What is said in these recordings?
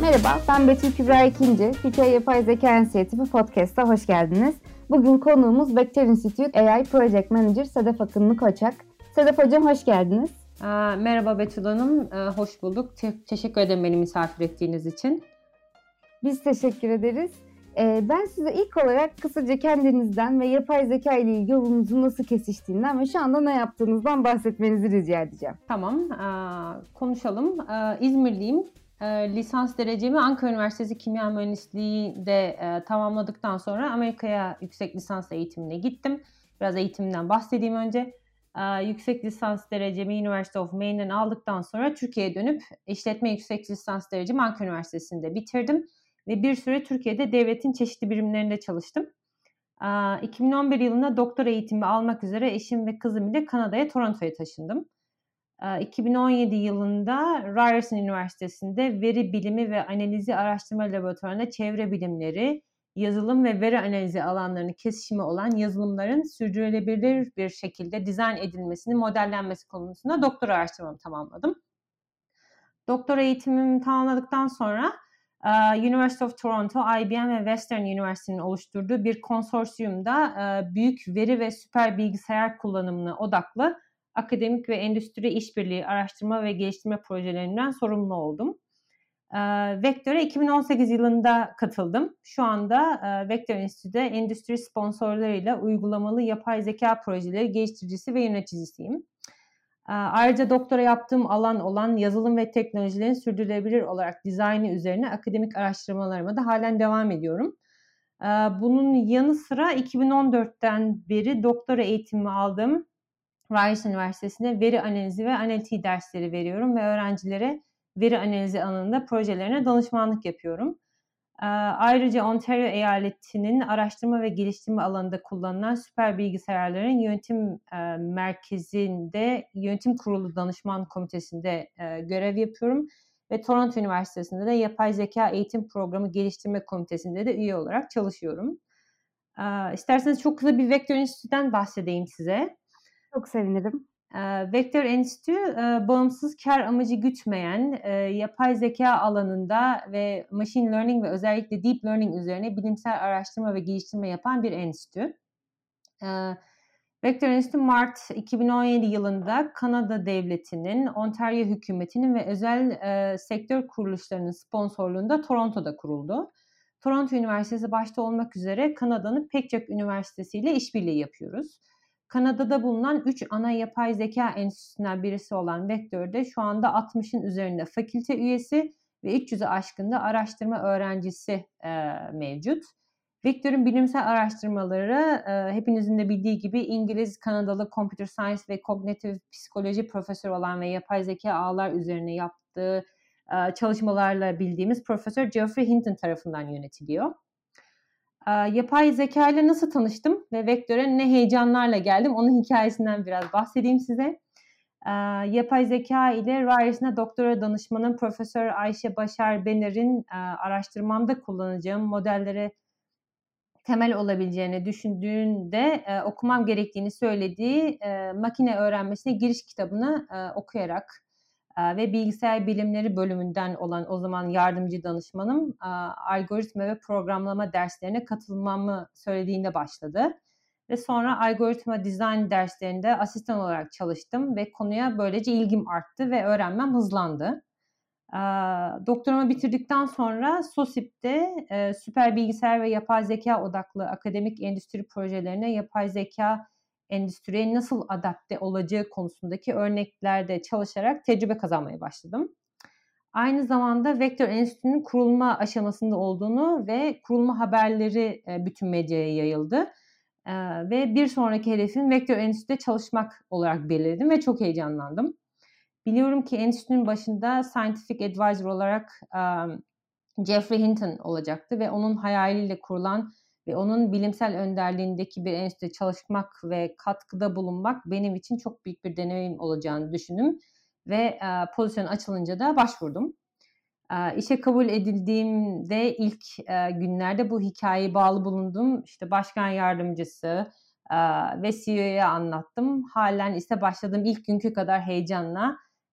Merhaba, ben Betül Kübra İkinci. Türkiye Yapay Zeka İnisiyatifi Podcast'a hoş geldiniz. Bugün konuğumuz Vector Institute AI Project Manager Sedef Akınlı Koçak. Sedef Hocam hoş geldiniz. Merhaba Betül Hanım, hoş bulduk. Teşekkür ederim beni misafir ettiğiniz için. Biz teşekkür ederiz. Ben size ilk olarak kısaca kendinizden ve yapay zeka ile ilgili yolunuzun nasıl kesiştiğinden ve şu anda ne yaptığınızdan bahsetmenizi rica edeceğim. Tamam, konuşalım. İzmirliyim. Lisans derecemi Ankara Üniversitesi Kimya Mühendisliği'nde tamamladıktan sonra Amerika'ya yüksek lisans eğitimine gittim. Biraz eğitimden bahsedeyim önce. Yüksek lisans derecemi University of Maine'den aldıktan sonra Türkiye'ye dönüp işletme yüksek lisans derecemi Ankara Üniversitesi'nde bitirdim. Ve bir süre Türkiye'de devletin çeşitli birimlerinde çalıştım. 2011 yılında doktora eğitimi almak üzere eşim ve kızım ile Kanada'ya, Toronto'ya taşındım. 2017 yılında Ryerson Üniversitesi'nde veri bilimi ve analizi araştırma laboratuvarında çevre bilimleri, yazılım ve veri analizi alanlarının kesişimi olan yazılımların sürdürülebilir bir şekilde dizayn edilmesini, modellenmesi konusunda doktora araştırmamı tamamladım. Doktora eğitimimi tamamladıktan sonra University of Toronto, IBM ve Western University'nin oluşturduğu bir konsorsiyumda büyük veri ve süper bilgisayar kullanımına odaklı akademik ve endüstri işbirliği araştırma ve geliştirme projelerinden sorumlu oldum. Vector'a 2018 yılında katıldım. Şu anda Vector Enstitü'de endüstri sponsorlarıyla uygulamalı yapay zeka projeleri geliştiricisi ve yöneticisiyim. Ayrıca doktora yaptığım alan olan yazılım ve teknolojilerin sürdürülebilir olarak dizaynı üzerine akademik araştırmalarıma da halen devam ediyorum. Bunun yanı sıra 2014'ten beri doktora eğitimi aldığım Ryerson Üniversitesi'nde veri analizi ve analitiği dersleri veriyorum ve öğrencilere veri analizi alanında projelerine danışmanlık yapıyorum. Ayrıca Ontario eyaletinin araştırma ve geliştirme alanında kullanılan süper bilgisayarların yönetim merkezinde, yönetim kurulu danışman komitesinde görev yapıyorum. Ve Toronto Üniversitesi'nde de yapay zeka eğitim programı geliştirme komitesinde de üye olarak çalışıyorum. İsterseniz çok kısa bir Vector Enstitü'den bahsedeyim size. Çok sevinirim. Vector Enstitü, bağımsız kar amacı gütmeyen, yapay zeka alanında ve machine learning ve özellikle deep learning üzerine bilimsel araştırma ve geliştirme yapan bir enstitü. Vector Enstitü Mart 2017 yılında Kanada Devleti'nin, Ontario hükümetinin ve özel sektör kuruluşlarının sponsorluğunda Toronto'da kuruldu. Toronto Üniversitesi başta olmak üzere Kanada'nın pek çok üniversitesiyle işbirliği yapıyoruz. Kanada'da bulunan 3 ana yapay zeka enstitüsünden birisi olan Vector'de şu anda 60'ın üzerinde fakülte üyesi ve 300'e aşkın da araştırma öğrencisi mevcut. Vector'un bilimsel araştırmaları hepinizin de bildiği gibi İngiliz, Kanadalı Computer Science ve Kognitif Psikoloji profesörü olan ve yapay zeka ağlar üzerine yaptığı çalışmalarla bildiğimiz Profesör Geoffrey Hinton tarafından yönetiliyor. Yapay zeka ile nasıl tanıştım ve Vector'a ne heyecanlarla geldim, onun hikayesinden biraz bahsedeyim size. Yapay zeka ile Ryerson'a doktora danışmanım Profesör Ayşe Başar Bener'in araştırmamda kullanacağım modellere temel olabileceğini düşündüğünde okumam gerektiğini söylediği makine öğrenmesine giriş kitabını okuyarak ve bilgisayar bilimleri bölümünden olan o zaman yardımcı danışmanım algoritma ve programlama derslerine katılmamı söylediğinde başladı. Ve sonra algoritma design derslerinde asistan olarak çalıştım ve konuya böylece ilgim arttı ve öğrenmem hızlandı. Doktoramı bitirdikten sonra SOSİP'te süper bilgisayar ve yapay zeka odaklı akademik endüstri projelerine yapay zeka endüstriye nasıl adapte olacağı konusundaki örneklerde çalışarak tecrübe kazanmaya başladım. Aynı zamanda Vector Enstitü'nün kurulma aşamasında olduğunu ve kurulma haberleri bütün medyaya yayıldı. Ve bir sonraki hedefim Vector Enstitü'de çalışmak olarak belirledim ve çok heyecanlandım. Biliyorum ki enstitünün başında Scientific Advisor olarak Geoffrey Hinton olacaktı ve onun hayaliyle kurulan ve onun bilimsel önderliğindeki bir enstitüde çalışmak ve katkıda bulunmak benim için çok büyük bir deneyim olacağını düşündüm ve pozisyon açılınca da başvurdum. İşe kabul edildiğimde ilk günlerde bu hikayeye bağlı bulundum. İşte başkan yardımcısı ve CEO'ya anlattım. Halen ise başladığım ilk günkü kadar heyecanla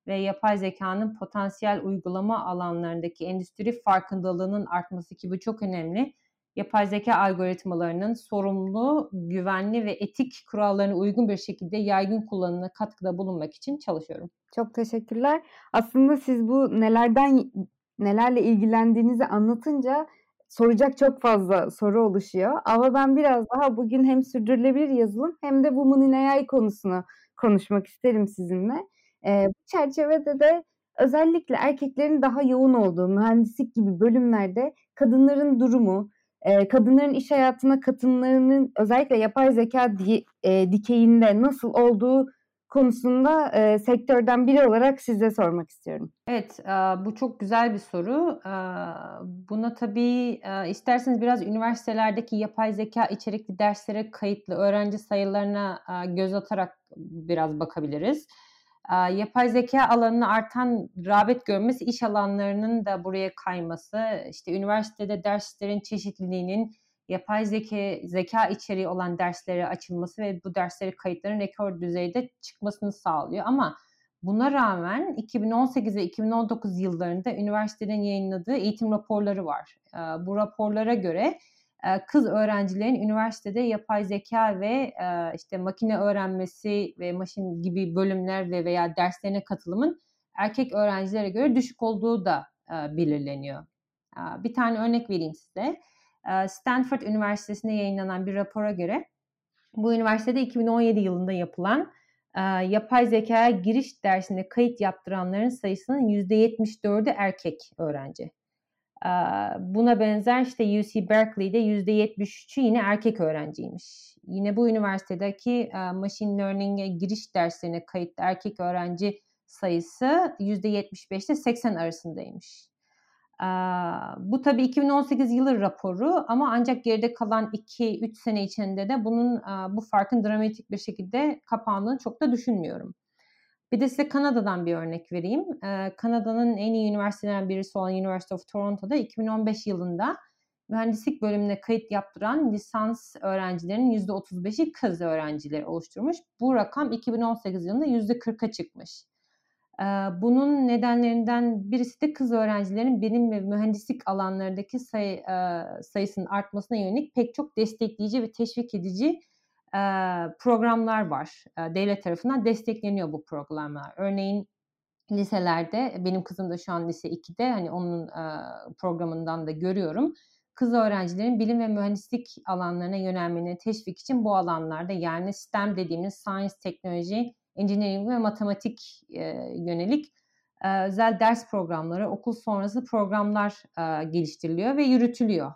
ve yapay zekanın potansiyel uygulama alanlarındaki endüstri farkındalığının artması, ki bu çok önemli. Yapay zeka algoritmalarının sorumlu, güvenli ve etik kurallarına uygun bir şekilde yaygın kullanımına katkıda bulunmak için çalışıyorum. Çok teşekkürler. Aslında siz bu nelerle ilgilendiğinizi anlatınca soracak çok fazla soru oluşuyor. Ama ben biraz daha bugün hem sürdürülebilir yazılım hem de Women in AI konusunu konuşmak isterim sizinle. Bu çerçevede de özellikle erkeklerin daha yoğun olduğu mühendislik gibi bölümlerde kadınların durumu, kadınların iş hayatına katılımlarının özellikle yapay zeka dikeyinde nasıl olduğu konusunda sektörden biri olarak size sormak istiyorum. Evet, bu çok güzel bir soru. Buna tabii isterseniz biraz üniversitelerdeki yapay zeka içerikli derslere kayıtlı öğrenci sayılarına göz atarak biraz bakabiliriz. Yapay zeka alanına artan rağbet görmesi, iş alanlarının da buraya kayması, işte üniversitede derslerin çeşitliliğinin yapay zeka içeriği olan derslere açılması ve bu dersleri kayıtların rekor düzeyde çıkmasını sağlıyor. Ama buna rağmen 2018 ve 2019 yıllarında üniversitelerin yayınladığı eğitim raporları var. Bu raporlara göre kız öğrencilerin üniversitede yapay zeka ve işte makine öğrenmesi ve machine gibi bölümler ve veya derslerine katılımın erkek öğrencilere göre düşük olduğu da belirleniyor. Bir tane örnek vereyim size. Stanford Üniversitesi'nde yayınlanan bir rapora göre bu üniversitede 2017 yılında yapılan yapay zekaya giriş dersine kayıt yaptıranların sayısının %74'ü erkek öğrenci. Buna benzer işte UC Berkeley'de %73'ü yine erkek öğrenciymiş. Yine bu üniversitedeki machine learning'e giriş derslerine kayıtlı erkek öğrenci sayısı %75'te 80 arasındaymış. Bu tabii 2018 yılı raporu ama ancak geride kalan 2-3 sene içinde de bunun bu farkın dramatik bir şekilde kapandığını çok da düşünmüyorum. Bir de size Kanada'dan bir örnek vereyim. Kanada'nın en iyi üniversitelerinden birisi olan University of Toronto'da 2015 yılında mühendislik bölümüne kayıt yaptıran lisans öğrencilerinin %35'i kız öğrencileri oluşturmuş. Bu rakam 2018 yılında %40'a çıkmış. Bunun nedenlerinden birisi de kız öğrencilerin bilim ve mühendislik alanlarındaki sayısının artmasına yönelik pek çok destekleyici ve teşvik edici programlar var. Devlet tarafından destekleniyor bu programlar. Örneğin liselerde, benim kızım da şu an lise 2'de, hani onun programından da görüyorum. Kız öğrencilerin bilim ve mühendislik alanlarına yönelmene teşvik için bu alanlarda, yani STEM dediğimiz science, teknoloji, engineering ve matematik yönelik özel ders programları, okul sonrası programlar geliştiriliyor ve yürütülüyor.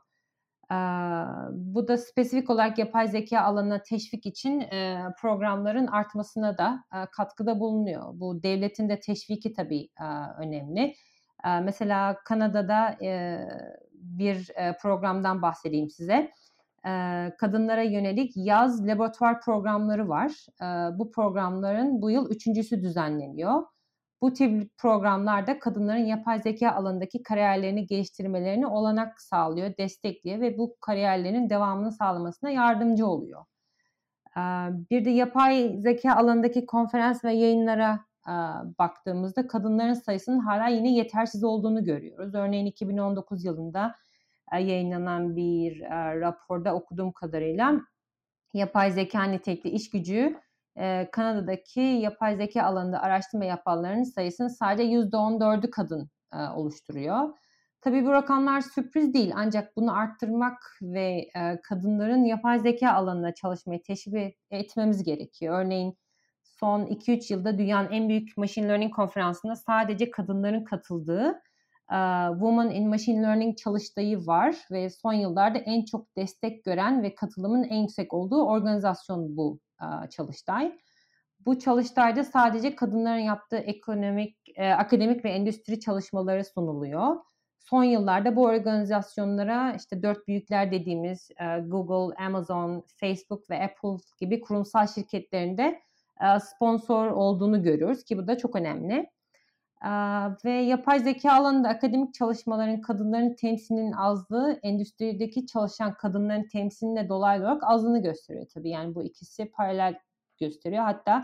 Bu da spesifik olarak yapay zeka alanına teşvik için programların artmasına da katkıda bulunuyor. Bu devletin de teşviki tabii önemli. Mesela Kanada'da bir programdan bahsedeyim size. Kadınlara yönelik yaz laboratuvar programları var. Bu programların bu yıl 3.'sü düzenleniyor. Bu tip programlarda kadınların yapay zeka alanındaki kariyerlerini geliştirmelerini olanak sağlıyor, destekliyor ve bu kariyerlerin devamını sağlamasına yardımcı oluyor. Bir de yapay zeka alanındaki konferans ve yayınlara baktığımızda kadınların sayısının hala yine yetersiz olduğunu görüyoruz. Örneğin 2019 yılında yayınlanan bir raporda okuduğum kadarıyla yapay zeka nitelikli iş gücü Kanada'daki yapay zeka alanında araştırma yapanların sayısının sadece %14'ü kadın oluşturuyor. Tabii bu rakamlar sürpriz değil, ancak bunu arttırmak ve kadınların yapay zeka alanına çalışmayı teşvik etmemiz gerekiyor. Örneğin son 2-3 yılda dünyanın en büyük machine learning konferansında sadece kadınların katıldığı Women in Machine Learning çalıştayı var ve son yıllarda en çok destek gören ve katılımın en yüksek olduğu organizasyon bu çalıştay. Bu çalıştayda sadece kadınların yaptığı akademik ve endüstri çalışmaları sunuluyor. Son yıllarda bu organizasyonlara işte 4 büyükler dediğimiz Google, Amazon, Facebook ve Apple gibi kurumsal şirketlerinde sponsor olduğunu görüyoruz ki bu da çok önemli. Ve yapay zeka alanında akademik çalışmaların kadınların temsilinin azlığı, endüstrideki çalışan kadınların temsiline dolaylı olarak azlığını gösteriyor tabii. Yani bu ikisi paralel gösteriyor. Hatta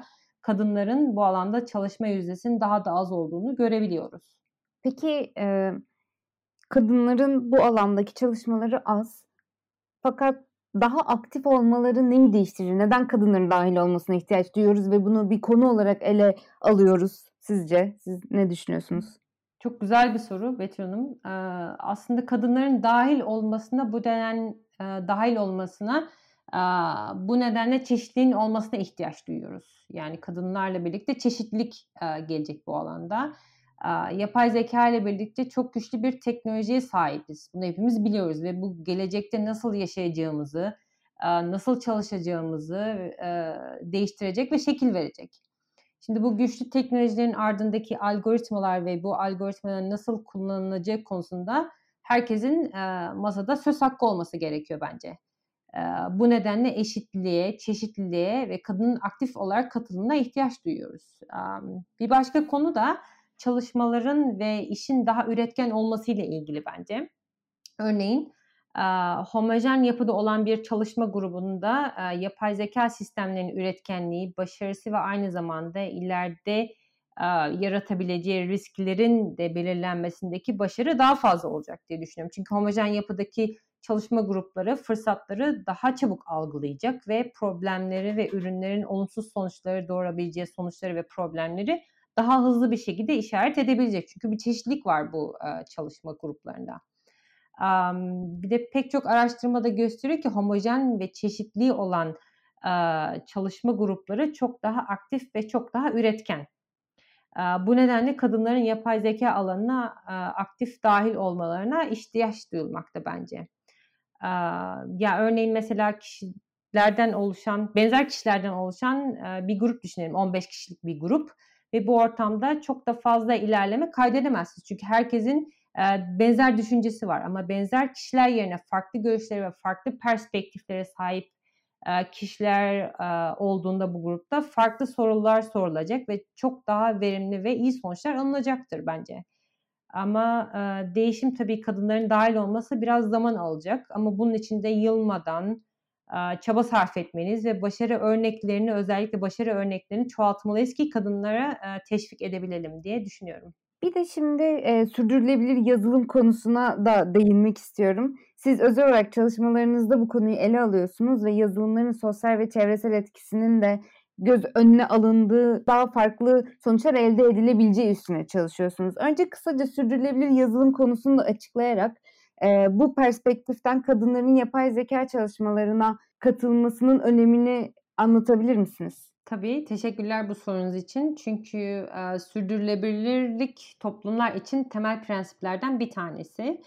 kadınların bu alanda çalışma yüzdesinin daha da az olduğunu görebiliyoruz. Peki kadınların bu alandaki çalışmaları az fakat daha aktif olmaları neyi değiştirir? Neden kadınların dahil olmasına ihtiyaç duyuyoruz ve bunu bir konu olarak ele alıyoruz sizce? Siz ne düşünüyorsunuz? Çok güzel bir soru Betül Hanım. Aslında kadınların dahil olmasına bu nedenle çeşitliliğin olmasına ihtiyaç duyuyoruz. Yani kadınlarla birlikte çeşitlilik gelecek bu alanda. Yapay zeka ile birlikte çok güçlü bir teknolojiye sahibiz. Bunu hepimiz biliyoruz ve bu gelecekte nasıl yaşayacağımızı, nasıl çalışacağımızı değiştirecek ve şekil verecek. Şimdi bu güçlü teknolojilerin ardındaki algoritmalar ve bu algoritmaların nasıl kullanılacağı konusunda herkesin masada söz hakkı olması gerekiyor bence. Bu nedenle eşitliğe, çeşitliliğe ve kadının aktif olarak katılımına ihtiyaç duyuyoruz. Bir başka konu da çalışmaların ve işin daha üretken olmasıyla ilgili bence. Örneğin homojen yapıda olan bir çalışma grubunda yapay zeka sistemlerinin üretkenliği, başarısı ve aynı zamanda ileride yaratabileceği risklerin de belirlenmesindeki başarı daha fazla olacak diye düşünüyorum. Çünkü homojen yapıdaki çalışma grupları fırsatları daha çabuk algılayacak ve problemleri ve ürünlerin olumsuz sonuçları doğurabileceği sonuçları ve problemleri daha hızlı bir şekilde işaret edebilecek. Çünkü bir çeşitlilik var bu çalışma gruplarında. Bir de pek çok araştırmada gösteriyor ki homojen ve çeşitliği olan çalışma grupları çok daha aktif ve çok daha üretken. Bu nedenle kadınların yapay zeka alanına aktif dahil olmalarına ihtiyaç duyulmakta bence. Ya örneğin mesela benzer kişilerden oluşan bir grup düşünelim, 15 kişilik bir grup ve bu ortamda çok da fazla ilerleme kaydedemezsiniz. Çünkü herkesin benzer düşüncesi var ama benzer kişiler yerine farklı görüşlere ve farklı perspektiflere sahip kişiler olduğunda bu grupta farklı sorular sorulacak ve çok daha verimli ve iyi sonuçlar alınacaktır bence. Ama değişim tabii kadınların dahil olması biraz zaman alacak ama bunun için de yılmadan çaba sarf etmeliyiz ve özellikle başarı örneklerini çoğaltmalıyız ki kadınlara teşvik edebilelim diye düşünüyorum. Bir de şimdi sürdürülebilir yazılım konusuna da değinmek istiyorum. Siz özel olarak çalışmalarınızda bu konuyu ele alıyorsunuz ve yazılımların sosyal ve çevresel etkisinin de göz önüne alındığı, daha farklı sonuçlar elde edilebileceği üstüne çalışıyorsunuz. Önce kısaca sürdürülebilir yazılım konusunu da açıklayarak bu perspektiften kadınların yapay zeka çalışmalarına katılmasının önemini anlatabilir misiniz? Tabii, teşekkürler bu sorunuz için. Çünkü sürdürülebilirlik toplumlar için temel prensiplerden bir tanesi.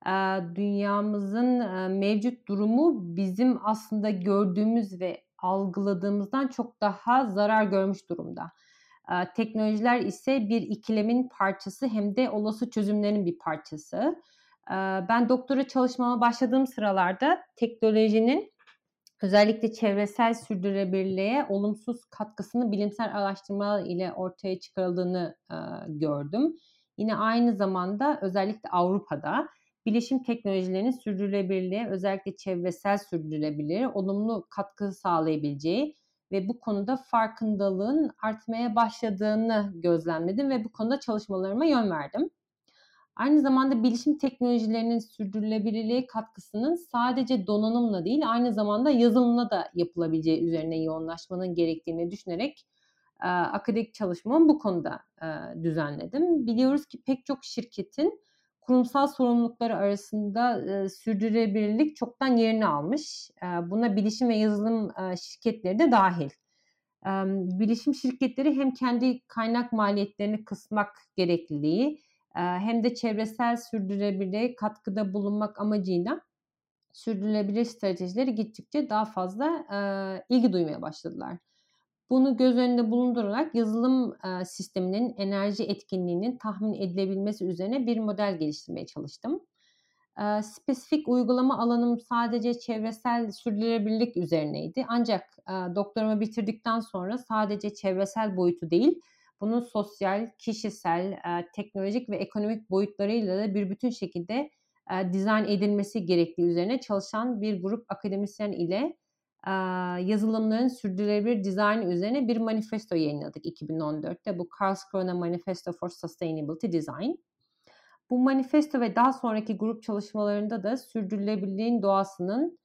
Dünyamızın mevcut durumu bizim aslında gördüğümüz ve algıladığımızdan çok daha zarar görmüş durumda. Teknolojiler ise bir ikilemin parçası hem de olası çözümlerin bir parçası. Ben doktora çalışmama başladığım sıralarda teknolojinin özellikle çevresel sürdürülebilirliğe olumsuz katkısını bilimsel araştırmalar ile ortaya çıkarıldığını gördüm. Yine aynı zamanda özellikle Avrupa'da bilişim teknolojilerinin sürdürülebilirliğe, özellikle çevresel sürdürülebilirliğe olumlu katkı sağlayabileceği ve bu konuda farkındalığın artmaya başladığını gözlemledim ve bu konuda çalışmalarıma yön verdim. Aynı zamanda bilişim teknolojilerinin sürdürülebilirliğe katkısının sadece donanımla değil, aynı zamanda yazılımla da yapılabileceği üzerine yoğunlaşmanın gerektiğini düşünerek akademik çalışmamı bu konuda düzenledim. Biliyoruz ki pek çok şirketin kurumsal sorumlulukları arasında sürdürülebilirlik çoktan yerini almış. Buna bilişim ve yazılım şirketleri de dahil. Bilişim şirketleri hem kendi kaynak maliyetlerini kısmak gerekliliği, hem de çevresel sürdürülebilirliğe katkıda bulunmak amacıyla sürdürülebilir stratejileri gittikçe daha fazla ilgi duymaya başladılar. Bunu göz önünde bulundurarak yazılım sisteminin enerji etkinliğinin tahmin edilebilmesi üzerine bir model geliştirmeye çalıştım. Spesifik uygulama alanım sadece çevresel sürdürülebilirlik üzerineydi. Ancak doktoramı bitirdikten sonra sadece çevresel boyutu değil, bunun sosyal, kişisel, teknolojik ve ekonomik boyutlarıyla da bir bütün şekilde dizayn edilmesi gerektiği üzerine çalışan bir grup akademisyen ile yazılımların sürdürülebilir dizayn üzerine bir manifesto yayınladık 2014'te. Bu Karlskrona Manifesto for Sustainability Design. Bu manifesto ve daha sonraki grup çalışmalarında da sürdürülebilirliğin doğasının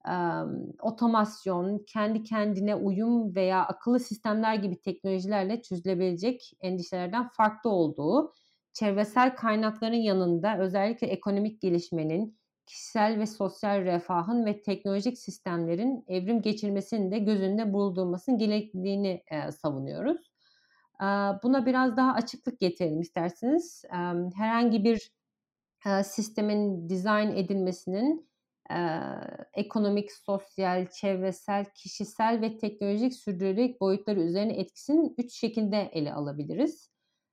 otomasyon, kendi kendine uyum veya akıllı sistemler gibi teknolojilerle çözülebilecek endişelerden farklı olduğu, çevresel kaynakların yanında özellikle ekonomik gelişmenin, kişisel ve sosyal refahın ve teknolojik sistemlerin evrim geçirmesinin de göz önünde bulundurulmasının gerekliliğini savunuyoruz. Buna biraz daha açıklık getirelim isterseniz. Herhangi bir sistemin dizayn edilmesinin ekonomik, sosyal, çevresel, kişisel ve teknolojik sürdürülebilirlik boyutları üzerine etkisini 3 şekilde ele alabiliriz.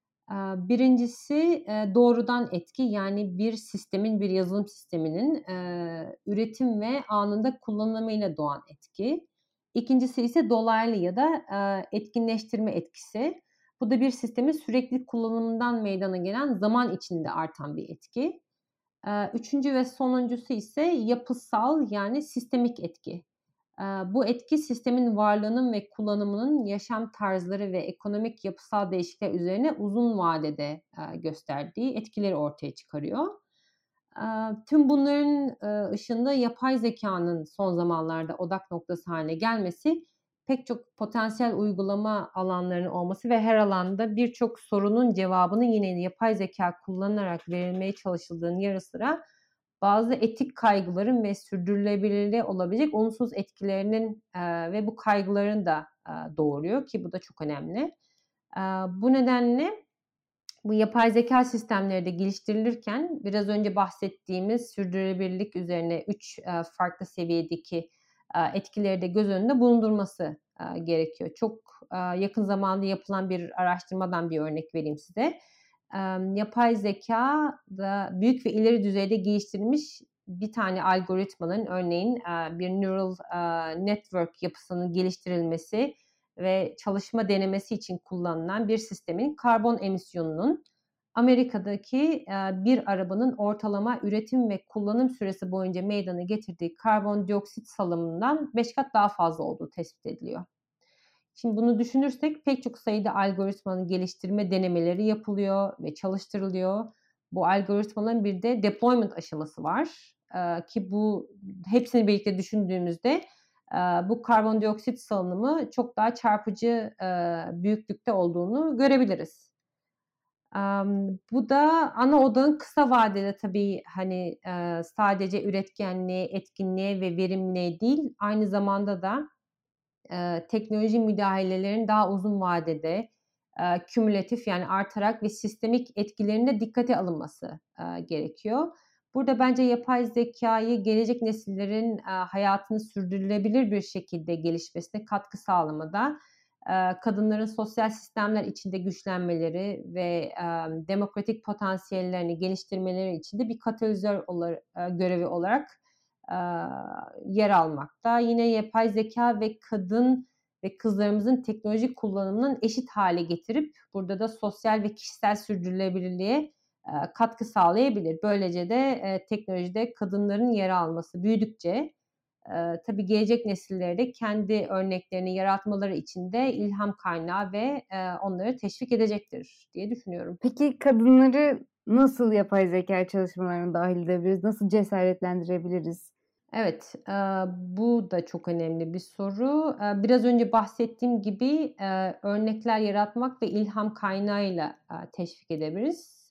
Birincisi doğrudan etki, yani bir sistemin, bir yazılım sisteminin üretim ve anında kullanımıyla doğan etki. İkincisi ise dolaylı ya da etkinleştirme etkisi. Bu da bir sistemin sürekli kullanımından meydana gelen zaman içinde artan bir etki. Üçüncü ve sonuncusu ise yapısal, yani sistemik etki. Bu etki sistemin varlığının ve kullanımının yaşam tarzları ve ekonomik yapısal değişiklikler üzerine uzun vadede gösterdiği etkileri ortaya çıkarıyor. Tüm bunların ışığında yapay zekanın son zamanlarda odak noktası haline gelmesi, pek çok potansiyel uygulama alanlarının olması ve her alanda birçok sorunun cevabının yine yapay zeka kullanılarak verilmeye çalışıldığının yanı sıra bazı etik kaygıların ve sürdürülebilirliğe olabilecek olumsuz etkilerinin ve bu kaygıların da doğuruyor ki bu da çok önemli. Bu nedenle bu yapay zeka sistemleri de geliştirilirken biraz önce bahsettiğimiz sürdürülebilirlik üzerine 3 farklı seviyedeki etkileri de göz önünde bulundurması gerekiyor. Çok yakın zamanda yapılan bir araştırmadan bir örnek vereyim size. Yapay zeka da büyük ve ileri düzeyde geliştirilmiş bir tane algoritmanın, örneğin bir neural network yapısının geliştirilmesi ve çalışma denemesi için kullanılan bir sistemin karbon emisyonunun Amerika'daki bir arabanın ortalama üretim ve kullanım süresi boyunca meydana getirdiği karbondioksit salımından 5 kat daha fazla olduğu tespit ediliyor. Şimdi bunu düşünürsek pek çok sayıda algoritmanın geliştirme denemeleri yapılıyor ve çalıştırılıyor. Bu algoritmaların bir de deployment aşaması var. Ki bu hepsini birlikte düşündüğümüzde bu karbondioksit salınımı çok daha çarpıcı büyüklükte olduğunu görebiliriz. Bu da ana odağın kısa vadede tabii hani sadece üretkenliğe, etkinliğe ve verimliliğe değil, aynı zamanda da teknoloji müdahalelerinin daha uzun vadede kümülatif, yani artarak ve sistemik etkilerinde dikkate alınması gerekiyor. Burada bence yapay zekayı gelecek nesillerin hayatını sürdürülebilir bir şekilde gelişmesine katkı sağlamada, kadınların sosyal sistemler içinde güçlenmeleri ve demokratik potansiyellerini geliştirmeleri için de bir katalizör görevi olarak yer almakta. Yine yapay zeka ve kadın ve kızlarımızın teknolojik kullanımının eşit hale getirip burada da sosyal ve kişisel sürdürülebilirliğe katkı sağlayabilir. Böylece de teknolojide kadınların yer alması büyüdükçe tabii gelecek nesillere de kendi örneklerini yaratmaları için de ilham kaynağı ve onları teşvik edecektir diye düşünüyorum. Peki kadınları nasıl yapay zeka çalışmalarına dahil edebiliriz? Nasıl cesaretlendirebiliriz? Evet, bu da çok önemli bir soru. Biraz önce bahsettiğim gibi örnekler yaratmak ve ilham kaynağıyla teşvik edebiliriz.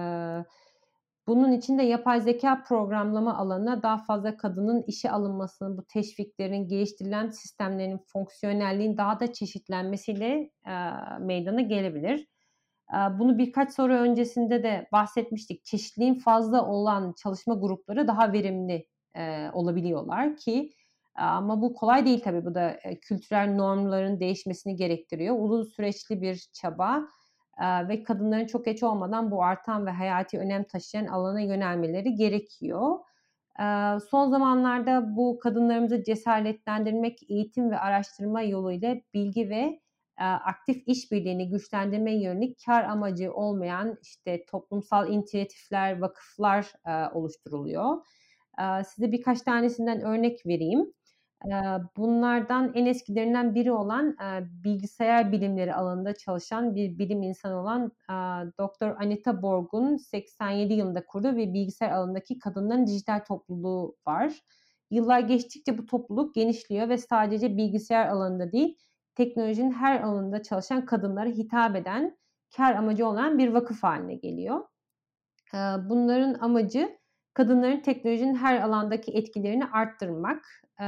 Bunun için de yapay zeka programlama alanına daha fazla kadının işe alınmasının, bu teşviklerin, geliştirilen sistemlerin fonksiyonelliğin daha da çeşitlenmesiyle meydana gelebilir. Bunu birkaç soru öncesinde de bahsetmiştik. Çeşitliliğin fazla olan çalışma grupları daha verimli olabiliyorlar ki ama bu kolay değil tabii. Bu da kültürel normların değişmesini gerektiriyor. Uzun süreçli bir çaba ve kadınların çok geç olmadan bu artan ve hayati önem taşıyan alana yönelmeleri gerekiyor. Son zamanlarda bu kadınlarımızı cesaretlendirmek, eğitim ve araştırma yoluyla bilgi ve aktif işbirliğini güçlendirmeye yönelik kar amacı olmayan işte toplumsal inisiyatifler, vakıflar oluşturuluyor. Size birkaç tanesinden örnek vereyim. Bunlardan en eskilerinden biri olan bilgisayar bilimleri alanında çalışan bir bilim insanı olan Dr. Anita Borg'un 87 yılında kurduğu ve bilgisayar alanındaki kadınların dijital topluluğu var. Yıllar geçtikçe bu topluluk genişliyor ve sadece bilgisayar alanında değil, teknolojinin her alanında çalışan kadınlara hitap eden, kar amacı olan bir vakıf haline geliyor. Bunların amacı kadınların teknolojinin her alandaki etkilerini arttırmak.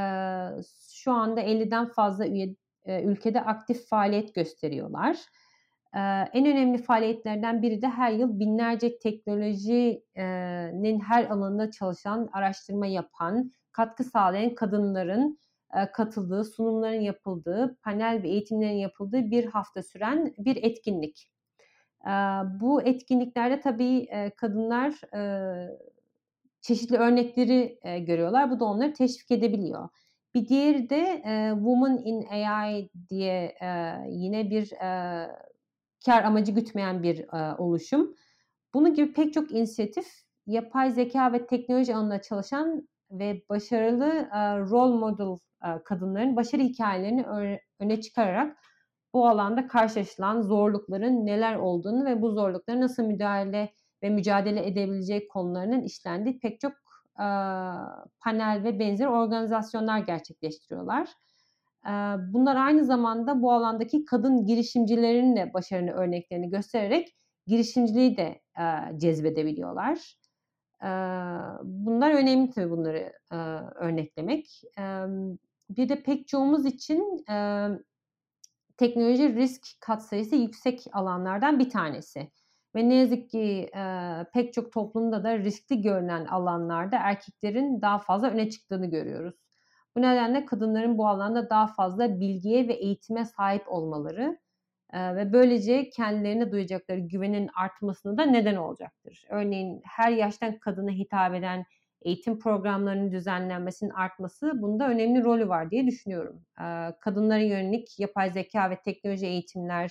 Şu anda 50'den fazla ülkede aktif faaliyet gösteriyorlar. En önemli faaliyetlerden biri de her yıl binlerce teknolojinin her alanında çalışan, araştırma yapan, katkı sağlayan kadınların katıldığı, sunumların yapıldığı, panel ve eğitimlerin yapıldığı bir hafta süren bir etkinlik. Bu etkinliklerde tabii kadınlar çeşitli örnekleri görüyorlar. Bu da onları teşvik edebiliyor. Bir diğeri de Women in AI diye yine bir kar amacı gütmeyen bir oluşum. Bunun gibi pek çok inisiyatif yapay zeka ve teknoloji alanında çalışan ve başarılı role model kadınların başarı hikayelerini öne çıkararak bu alanda karşılaşılan zorlukların neler olduğunu ve bu zorluklara nasıl mücadele edebilecek konularının işlendiği pek çok panel ve benzeri organizasyonlar gerçekleştiriyorlar. Bunlar aynı zamanda bu alandaki kadın girişimcilerin de başarılı örneklerini göstererek girişimciliği de cezbedebiliyorlar. Bunlar önemli tabii, bunları örneklemek. Bir de pek çoğumuz için teknoloji risk katsayısı yüksek alanlardan bir tanesi. Ve ne yazık ki pek çok toplumda da riskli görünen alanlarda erkeklerin daha fazla öne çıktığını görüyoruz. Bu nedenle kadınların bu alanda daha fazla bilgiye ve eğitime sahip olmaları ve böylece kendilerine duyacakları güvenin artmasına da neden olacaktır. Örneğin her yaştan kadına hitap eden eğitim programlarının düzenlenmesinin artması bunda önemli rolü var diye düşünüyorum. Kadınlara yönelik yapay zeka ve teknoloji eğitimler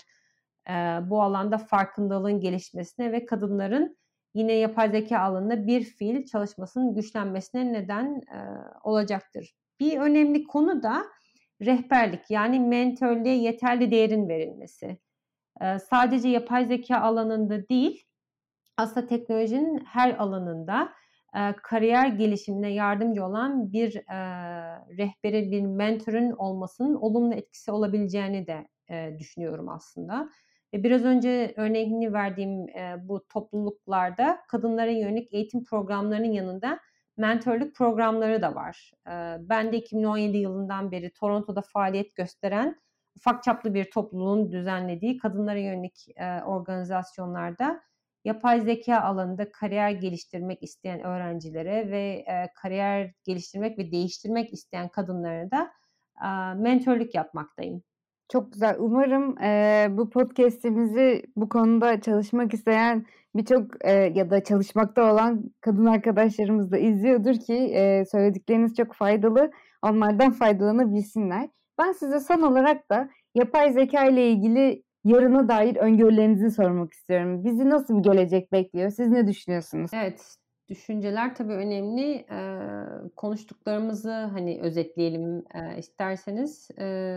bu alanda farkındalığın gelişmesine ve kadınların yine yapay zeka alanında bir fiil çalışmasının güçlenmesine neden olacaktır. Bir önemli konu da rehberlik, yani mentörlüğe yeterli değerin verilmesi. Sadece yapay zeka alanında değil, aslında teknolojinin her alanında kariyer gelişimine yardımcı olan bir rehberi, bir mentörün olmasının olumlu etkisi olabileceğini de düşünüyorum aslında. Biraz önce örneğini verdiğim bu topluluklarda kadınlara yönelik eğitim programlarının yanında mentörlük programları da var. Ben de 2017 yılından beri Toronto'da faaliyet gösteren ufak çaplı bir topluluğun düzenlediği kadınlara yönelik organizasyonlarda yapay zeka alanında kariyer geliştirmek isteyen öğrencilere ve kariyer geliştirmek ve değiştirmek isteyen kadınlara da mentörlük yapmaktayım. Çok güzel. Umarım bu podcast'imizi bu konuda çalışmak isteyen birçok ya da çalışmakta olan kadın arkadaşlarımız da izliyordur ki söyledikleriniz çok faydalı. Onlardan faydalanabilsinler. Ben size son olarak da yapay zeka ile ilgili yarına dair öngörülerinizi sormak istiyorum. Bizi nasıl bir gelecek bekliyor? Siz ne düşünüyorsunuz? Evet, düşünceler tabii önemli. Konuştuklarımızı hani özetleyelim isterseniz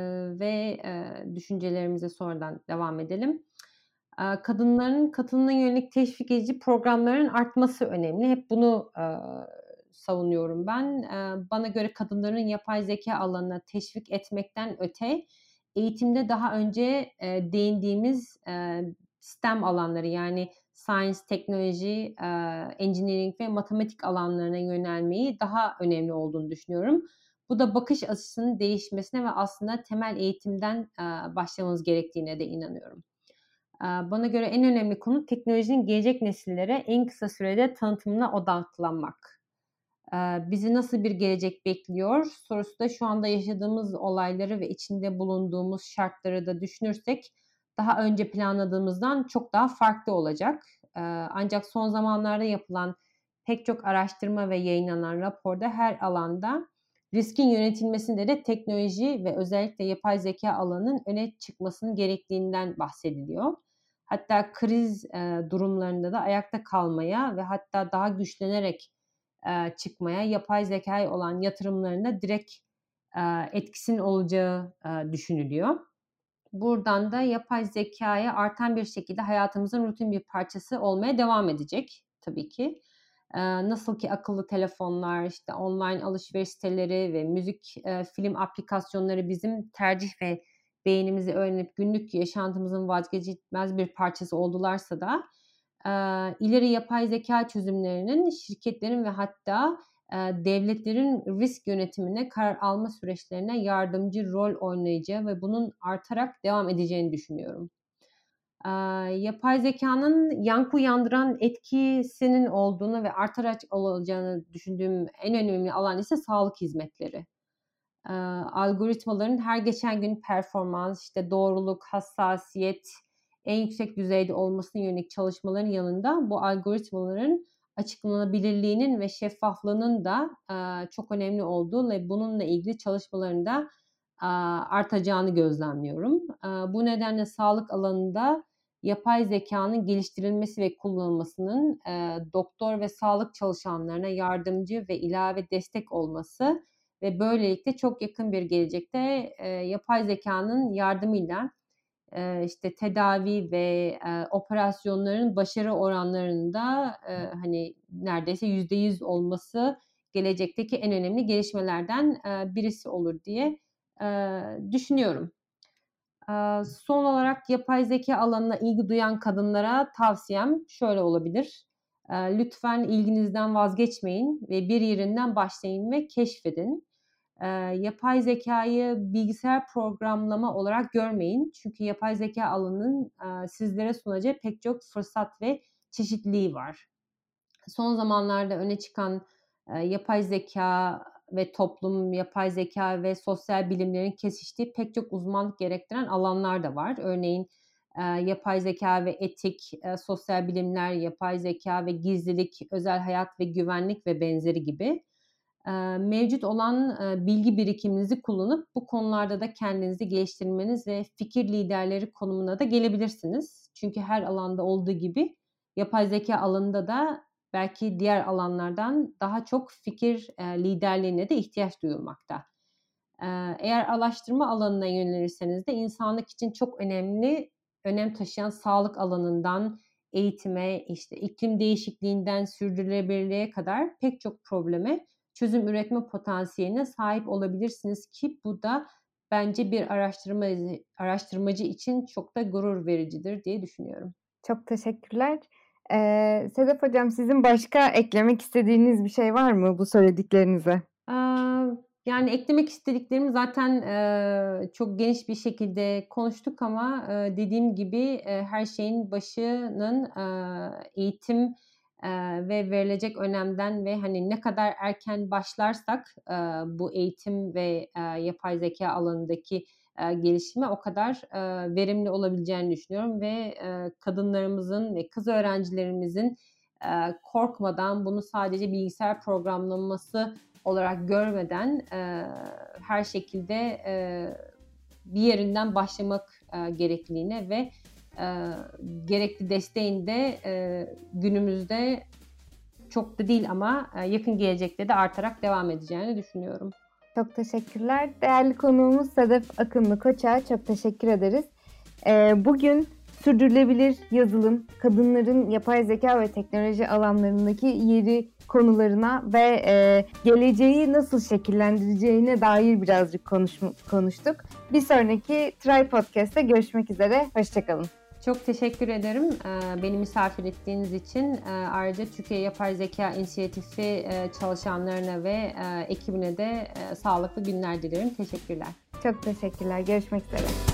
ve düşüncelerimize sonradan devam edelim. Kadınların katılımına yönelik teşvik edici programların artması önemli. Hep bunu savunuyorum ben. Bana göre kadınların yapay zeka alanına teşvik etmekten öte eğitimde daha önce değindiğimiz STEM alanları, yani science, teknoloji, engineering ve matematik alanlarına yönelmeyi daha önemli olduğunu düşünüyorum. Bu da bakış açısının değişmesine ve aslında temel eğitimden başlamamız gerektiğine de inanıyorum. Bana göre en önemli konu teknolojinin gelecek nesillere en kısa sürede tanıtımına odaklanmak. Bizi nasıl bir gelecek bekliyor sorusu da şu anda yaşadığımız olayları ve içinde bulunduğumuz şartları da düşünürsek daha önce planladığımızdan çok daha farklı olacak. Ancak son zamanlarda yapılan pek çok araştırma ve yayınlanan raporda her alanda riskin yönetilmesinde de teknoloji ve özellikle yapay zeka alanının öne çıkmasının gerektiğinden bahsediliyor. Hatta kriz durumlarında da ayakta kalmaya ve hatta daha güçlenerek çıkmaya yapay zekaya olan yatırımlarında direkt etkisinin olacağı düşünülüyor. Buradan da yapay zekaya artan bir şekilde hayatımızın rutin bir parçası olmaya devam edecek tabii ki. Nasıl ki akıllı telefonlar, işte online alışveriş siteleri ve müzik, film aplikasyonları bizim tercih ve beğenimizi öğrenip günlük yaşantımızın vazgeçilmez bir parçası oldularsa da ileri yapay zeka çözümlerinin şirketlerin ve hatta devletlerin risk yönetimine, karar alma süreçlerine yardımcı rol oynayacağı ve bunun artarak devam edeceğini düşünüyorum. Yapay zekanın yankı uyandıran etkisinin olduğunu ve artarak olacağını düşündüğüm en önemli alan ise sağlık hizmetleri. Algoritmaların her geçen gün performans, işte doğruluk, hassasiyet en yüksek düzeyde olmasına yönelik çalışmaların yanında bu algoritmaların açıklanabilirliğinin ve şeffaflığının da çok önemli olduğu ve bununla ilgili çalışmaların da artacağını gözlemliyorum. Bu nedenle sağlık alanında yapay zekanın geliştirilmesi ve kullanılmasının doktor ve sağlık çalışanlarına yardımcı ve ilave destek olması ve böylelikle çok yakın bir gelecekte yapay zekanın yardımıyla işte tedavi ve operasyonların başarı oranlarında hani neredeyse %100 olması gelecekteki en önemli gelişmelerden birisi olur diye düşünüyorum. Son olarak yapay zeka alanına ilgi duyan kadınlara tavsiyem şöyle olabilir. Lütfen ilginizden vazgeçmeyin ve bir yerinden başlayın ve keşfedin. Yapay zekayı bilgisayar programlama olarak görmeyin. Çünkü yapay zeka alanının sizlere sunacağı pek çok fırsat ve çeşitliliği var. Son zamanlarda öne çıkan yapay zeka ve toplum, yapay zeka ve sosyal bilimlerin kesiştiği pek çok uzmanlık gerektiren alanlar da var. Örneğin yapay zeka ve etik, sosyal bilimler, yapay zeka ve gizlilik, özel hayat ve güvenlik ve benzeri gibi. Mevcut olan bilgi birikiminizi kullanıp bu konularda da kendinizi geliştirmeniz ve fikir liderleri konumuna da gelebilirsiniz. Çünkü her alanda olduğu gibi yapay zeka alanında da belki diğer alanlardan daha çok fikir liderliğine de ihtiyaç duyulmakta. Eğer araştırma alanına yönelirseniz de insanlık için çok önem taşıyan sağlık alanından eğitime, işte iklim değişikliğinden sürdürülebilirliğe kadar pek çok probleme çözüm üretme potansiyeline sahip olabilirsiniz ki bu da bence bir araştırmacı için çok da gurur vericidir diye düşünüyorum. Çok teşekkürler. Sedef Hocam, sizin başka eklemek istediğiniz bir şey var mı bu söylediklerinize? Yani eklemek istediklerimi zaten çok geniş bir şekilde konuştuk ama dediğim gibi her şeyin başının eğitim ve verilecek önemden ve hani ne kadar erken başlarsak bu eğitim ve yapay zeka alanındaki gelişime o kadar verimli olabileceğini düşünüyorum ve kadınlarımızın ve kız öğrencilerimizin korkmadan bunu sadece bilgisayar programlaması olarak görmeden her şekilde bir yerinden başlamak gerekliliğine ve gerekli desteğin de günümüzde çok da değil ama yakın gelecekte de artarak devam edeceğini düşünüyorum. Çok teşekkürler. Değerli konuğumuz Sedef Akınlı Koç'a çok teşekkür ederiz. Bugün sürdürülebilir yazılım, kadınların yapay zeka ve teknoloji alanlarındaki yeri konularına ve geleceği nasıl şekillendireceğine dair birazcık konuştuk. Bir sonraki Try Podcast'te görüşmek üzere. Hoşçakalın. Çok teşekkür ederim beni misafir ettiğiniz için. Ayrıca Türkiye Yapay Zeka İnisiyatifi çalışanlarına ve ekibine de sağlıklı günler dilerim. Teşekkürler. Çok teşekkürler. Görüşmek üzere.